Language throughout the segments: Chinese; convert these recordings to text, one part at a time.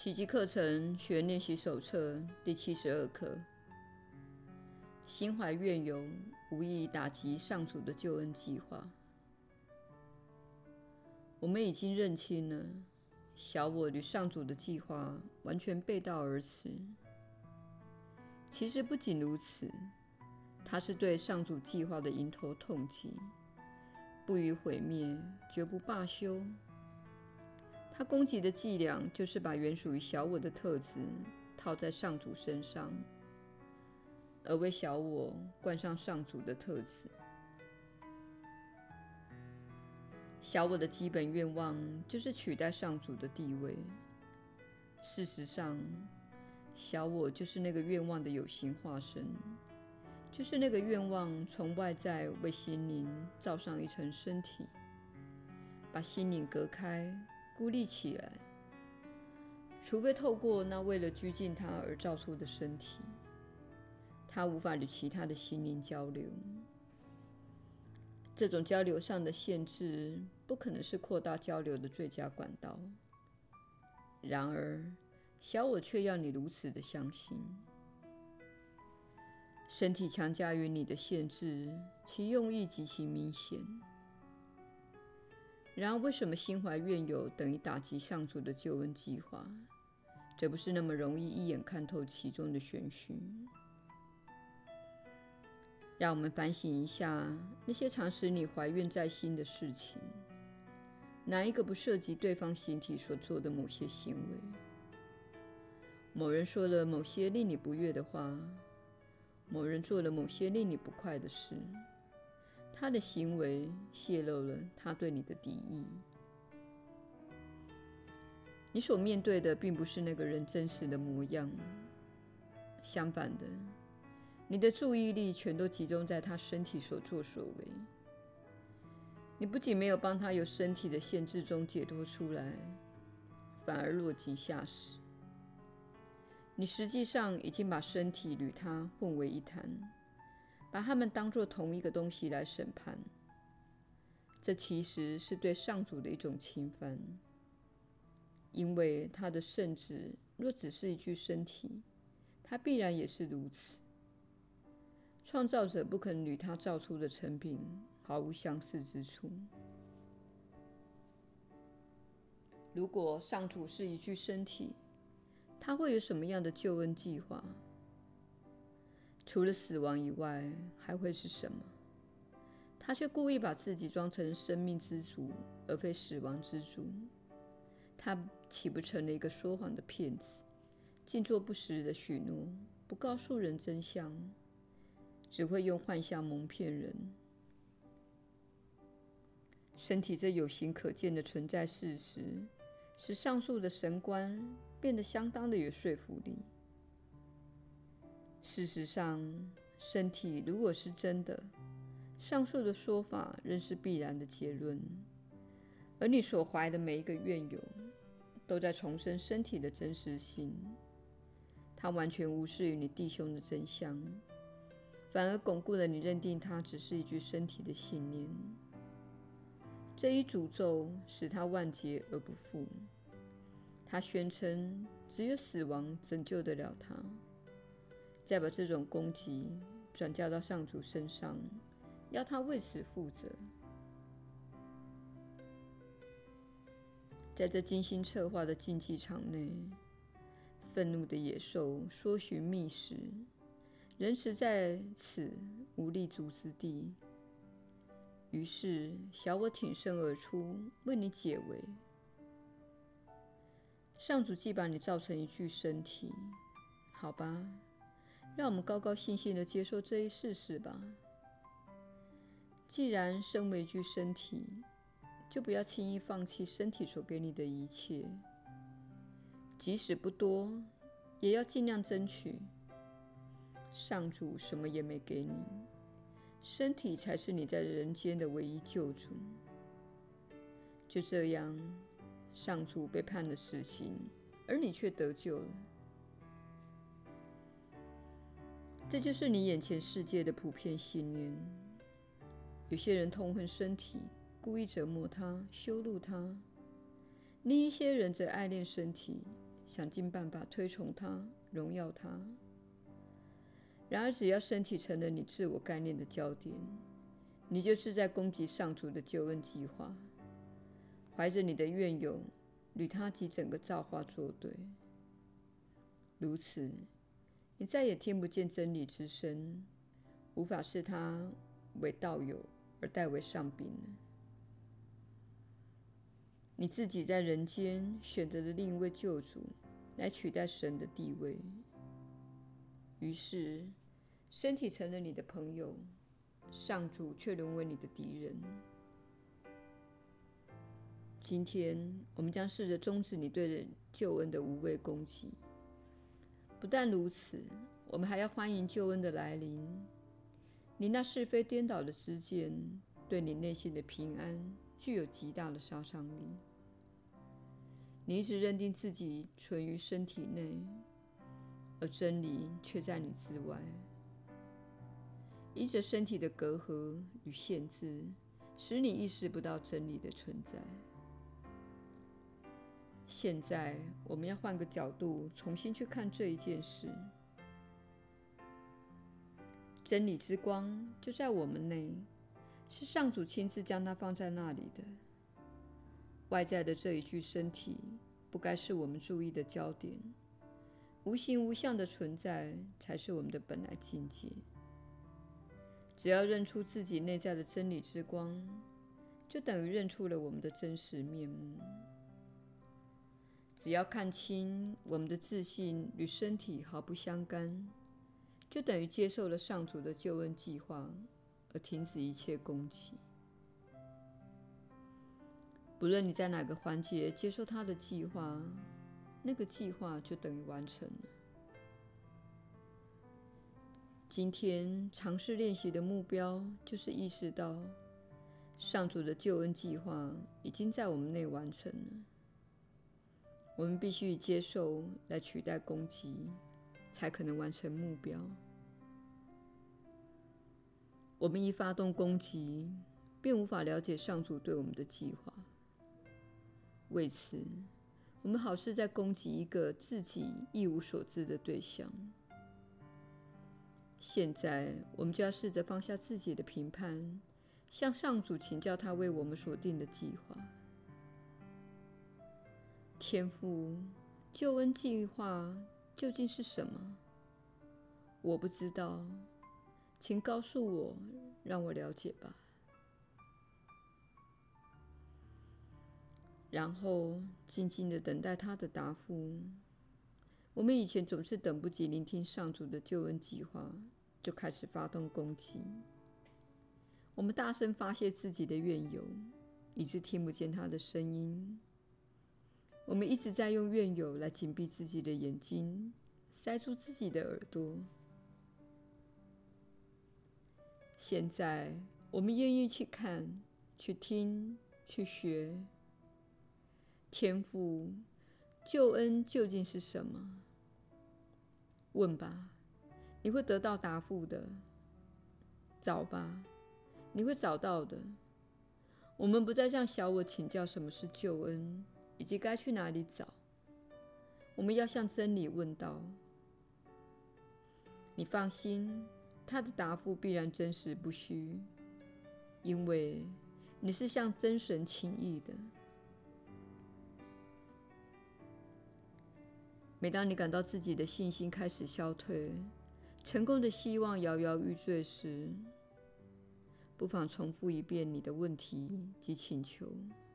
奇迹课程学练习手册第72课：心怀怨尤，无意打击上主的救恩计划。我们已经认清了，小我与上主的计划完全背道而驰。其实不仅如此，它是对上主计划的迎头痛击，不予毁灭，绝不罢休。他攻击的伎俩就是把原属于小我的特质套在上主身上，而为小我冠上上主的特质。小我的基本愿望就是取代上主的地位。事实上，小我就是那个愿望的有形化身，就是那个愿望从外在为心灵罩上一层身体，把心灵隔开孤立起来，除非透过那为了拘禁它而造出的身体，它无法与其他的心灵交流。这种交流上的限制不可能是扩大交流的最佳管道。然而，小我却要你如此的相信。身体强加于你的限制，其用意极其明显。然而，为什么心怀怨尤等于打击上主的救恩计划？这不是那么容易一眼看透其中的玄虚。让我们反省一下那些常使你怀怨在心的事情，哪一个不涉及对方形体所做的某些行为？某人说了某些令你不悦的话，某人做了某些令你不快的事，他的行为泄露了他对你的敌意。你所面对的并不是那个人真实的模样，相反的，你的注意力全都集中在他身体所作所为。你不仅没有帮他由身体的限制中解脱出来，反而落井下石。你实际上已经把身体与他混为一谈，把他们当作同一个东西来审判。这其实是对上主的一种侵犯，因为他的圣旨若只是一具身体，他必然也是如此。创造者不可能与他造出的成品毫无相似之处。如果上主是一具身体，他会有什么样的救恩计划？除了死亡以外，还会是什么？他却故意把自己装成生命之主，而非死亡之主。他岂不成了一个说谎的骗子，尽做不实的许诺，不告诉人真相，只会用幻象蒙骗人？身体这有形可见的存在事实，使上述的神观变得相当的有说服力。事实上，身体如果是真的，上述的说法仍是必然的结论。而你所怀的每一个怨尤，都在重申身体的真实性。它完全无视于你弟兄的真相，反而巩固了你认定它只是一具身体的信念。这一诅咒使他万劫而不复。他宣称只有死亡拯救得了他，再把这种攻击转嫁到上主身上，要他为此负责。在这精心策划的竞技场内，愤怒的野兽搜寻觅食，人实在此无立足之地。于是，小我挺身而出，为你解围。上主既把你造成一具身体，好吧，让我们高高兴兴地接受这一事实吧。既然身为一具身体，就不要轻易放弃身体所给你的一切，即使不多，也要尽量争取。上主什么也没给你，身体才是你在人间的唯一救主。就这样，上主被判了死刑，而你却得救了。这就是你眼前世界的普遍信念。有些人痛恨身体，故意折磨它、羞辱它；另一些人则爱恋身体， 想尽办法推崇它、荣耀它。然而，只要身体成了你自我概念的焦点，你就是在攻击上主的救恩计划，怀着你的怨尤，与他及整个造化作对。如此，你再也听不见真理之声，无法视他为道友而代为上宾了。你自己在人间选择了另一位救主来取代神的地位，于是身体成了你的朋友，上主却沦为你的敌人。今天，我们将试着终止你对救恩的无谓攻击。不但如此，我们还要欢迎救恩的来临。你那是非颠倒的知见，对你内心的平安具有极大的杀伤力。你一直认定自己存于身体内，而真理却在你之外。依着身体的隔阂与限制，使你意识不到真理的存在。现在，我们要换个角度，重新去看这一件事。真理之光就在我们内，是上主亲自将它放在那里的。外在的这一具身体，不该是我们注意的焦点，无形无相的存在才是我们的本来境界。只要认出自己内在的真理之光，就等于认出了我们的真实面目。只要看清我们的自信与身体毫不相干，就等于接受了上主的救恩计划，而停止一切攻击。不论你在哪个环节接受他的计划，那个计划就等于完成了。今天尝试练习的目标，就是意识到上主的救恩计划已经在我们内完成了。我们必须以接受来取代攻击，才可能完成目标。我们一发动攻击，便无法了解上主对我们的计划。为此，我们好似在攻击一个自己一无所知的对象。现在，我们就要试着放下自己的评判，向上主请教他为我们所定的计划。天父，救恩计划究竟是什么？我不知道，请告诉我，让我了解吧。然后静静地等待他的答复。我们以前总是等不及聆听上主的救恩计划，就开始发动攻击。我们大声发泄自己的怨尤，以致听不见他的声音。我们一直在用怨尤来紧闭自己的眼睛，塞住自己的耳朵。现在，我们愿意去看、去听、去学。天父，救恩究竟是什么？问吧，你会得到答复的。找吧，你会找到的。我们不再向小我请教什么是救恩，以及该去哪里找。我们要向真理问道。你放心，他的答复必然真实不虚，因为你是向真神请意的。每当你感到自己的信心开始消退，成功的希望摇摇欲坠时，不妨重复一遍你的问题及请求。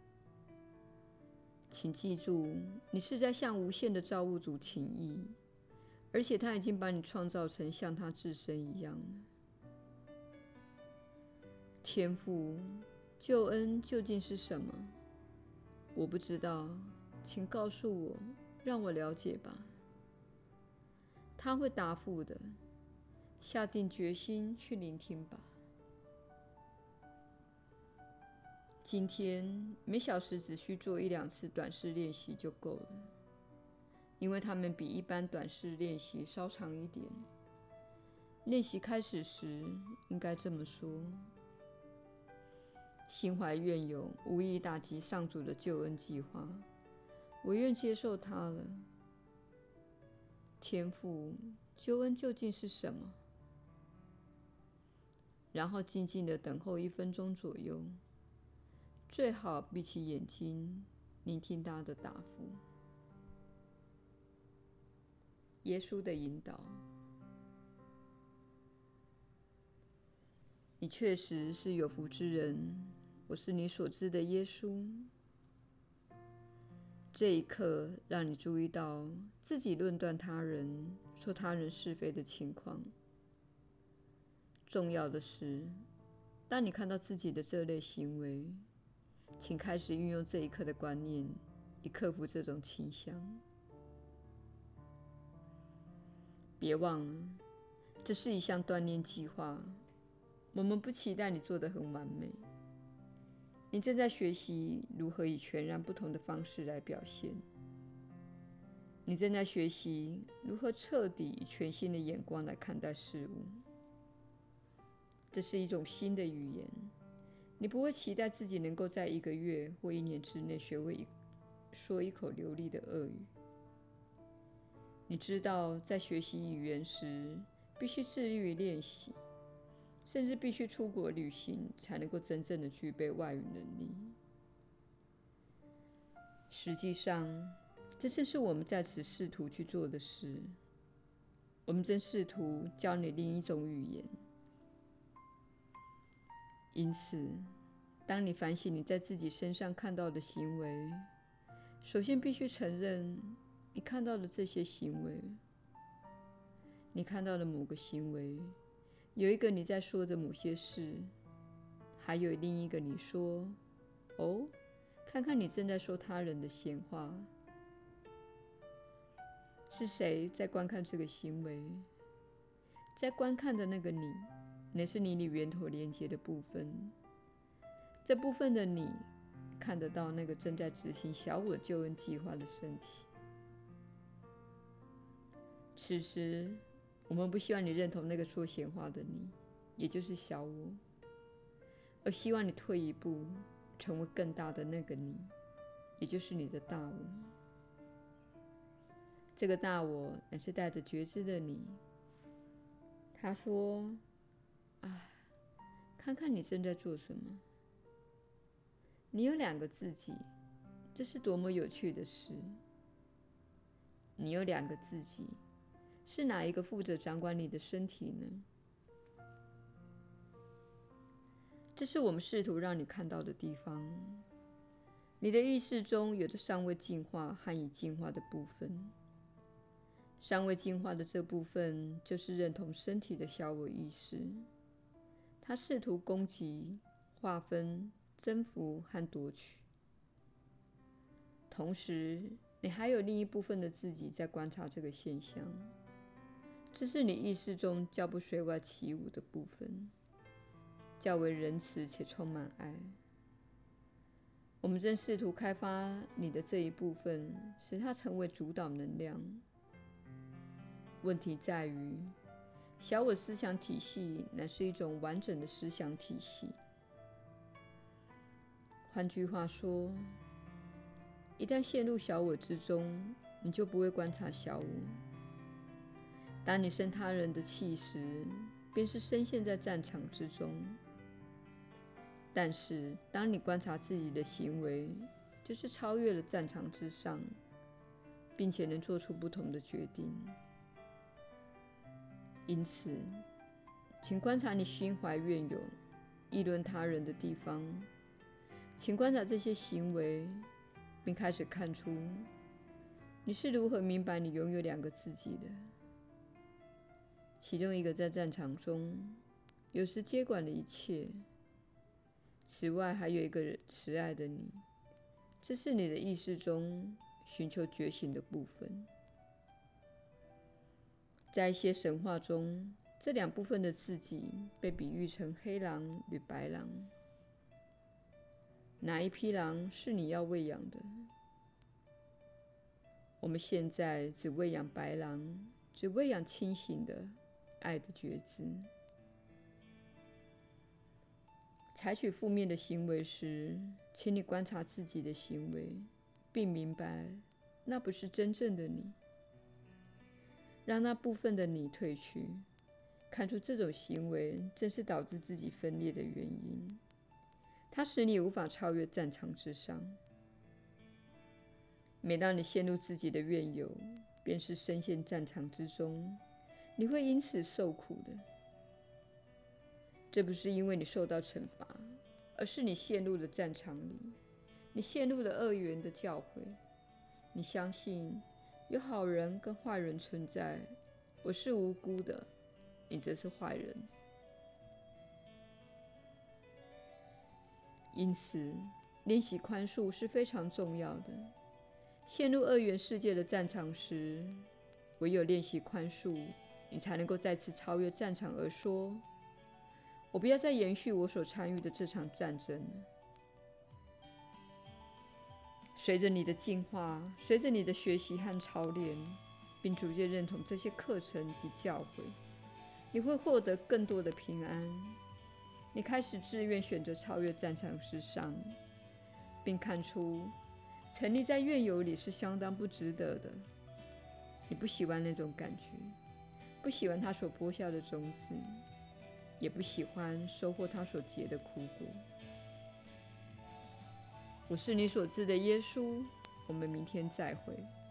请记住，你是在向无限的造物主请意，而且他已经把你创造成像他自身一样了。天父，救恩究竟是什么？我不知道，请告诉我，让我了解吧。他会答复的，下定决心去聆听吧。今天每小时只需做1-2次短式练习就够了，因为它们比一般短式练习稍长一点。练习开始时，应该这么说：心怀怨尤，无意打击上主的救恩计划，我愿接受它了。 天父，救恩究竟是什么？然后静静地等候1分钟左右，最好闭起眼睛，聆听他的答复。耶稣的引导。你确实是有福之人，我是你所知的耶稣。这一刻，让你注意到自己论断他人、说他人是非的情况。重要的是，当你看到自己的这类行为，请开始运用这一刻的观念，以克服这种倾向。别忘了，这是一项锻炼计划。我们不期待你做得很完美。你正在学习如何以全然不同的方式来表现。你正在学习如何彻底以全新的眼光来看待事物。这是一种新的语言。你不会期待自己能够在1个月或1年之内学会说一口流利的俄语。你知道，在学习语言时，必须致力于练习，甚至必须出国旅行，才能够真正的具备外语能力。实际上，这正是我们在此试图去做的事。我们正试图教你另一种语言。因此，当你反省你在自己身上看到的行为，首先必须承认你看到的这些行为。你看到的某个行为，有一个你在说着某些事，还有另一个你说：“哦，看看你正在说他人的闲话。”是谁在观看这个行为？在观看的那个你，那是你与源头连接的部分。这部分的你看得到那个正在执行小我救恩计划的身体。此时，我们不希望你认同那个说闲话的你，也就是小我，而希望你退一步，成为更大的那个你，也就是你的大我。这个大我乃是带着觉知的你。他说：“啊，看看你正在做什么。你有2个自己，这是多么有趣的事！你有2个自己，是哪一个负责掌管你的身体呢？这是我们试图让你看到的地方。你的意识中有着尚未进化和已进化的部分。尚未进化的这部分，就是认同身体的小我意识。它试图攻击、划分、征服和夺取。同时，你还有另一部分的自己在观察这个现象。这是你意识中较不随外起舞的部分，较为仁慈且充满爱。我们正试图开发你的这一部分，使它成为主导能量。问题在于，小我思想体系乃是一种完整的思想体系。换句话说，一旦陷入小我之中，你就不会观察小我。当你生他人的气时，便是深陷在战场之中。但是，当你观察自己的行为，就是超越了战场之上，并且能做出不同的决定。因此，请观察你心怀怨尤、议论他人的地方。请观察这些行为，并开始看出你是如何明白你拥有2个自己的。其中一个在战场中，有时接管了一切。此外，还有一个慈爱的你，这是你的意识中寻求觉醒的部分。在一些神话中，这2部分的自己被比喻成黑狼与白狼。哪一匹狼是你要喂养的？我们现在只喂养白狼，只喂养清醒的爱的觉知。采取负面的行为时，请你观察自己的行为，并明白那不是真正的你。 让那部分的你退去，看出这种行为正是导致自己分裂的原因，它使你无法超越战场之上。每当你陷入自己的怨尤，便是深陷战场之中，你会因此受苦的。这不是因为你受到惩罚，而是你陷入了战场里，你陷入了恶缘的教诲。你相信有好人跟坏人存在，我是无辜的，你则是坏人。因此，练习宽恕是非常重要的。陷入二元世界的战场时，唯有练习宽恕，你才能够再次超越战场而说：我不要再延续我所参与的这场战争了。随着你的进化，随着你的学习和操练，并逐渐认同这些课程及教诲，你会获得更多的平安。你开始自愿选择超越战场之上，并看出沉溺在怨尤里是相当不值得的。你不喜欢那种感觉，不喜欢它所播下的种子，也不喜欢收获它所结的苦果。我是你所知的耶稣，我们明天再会。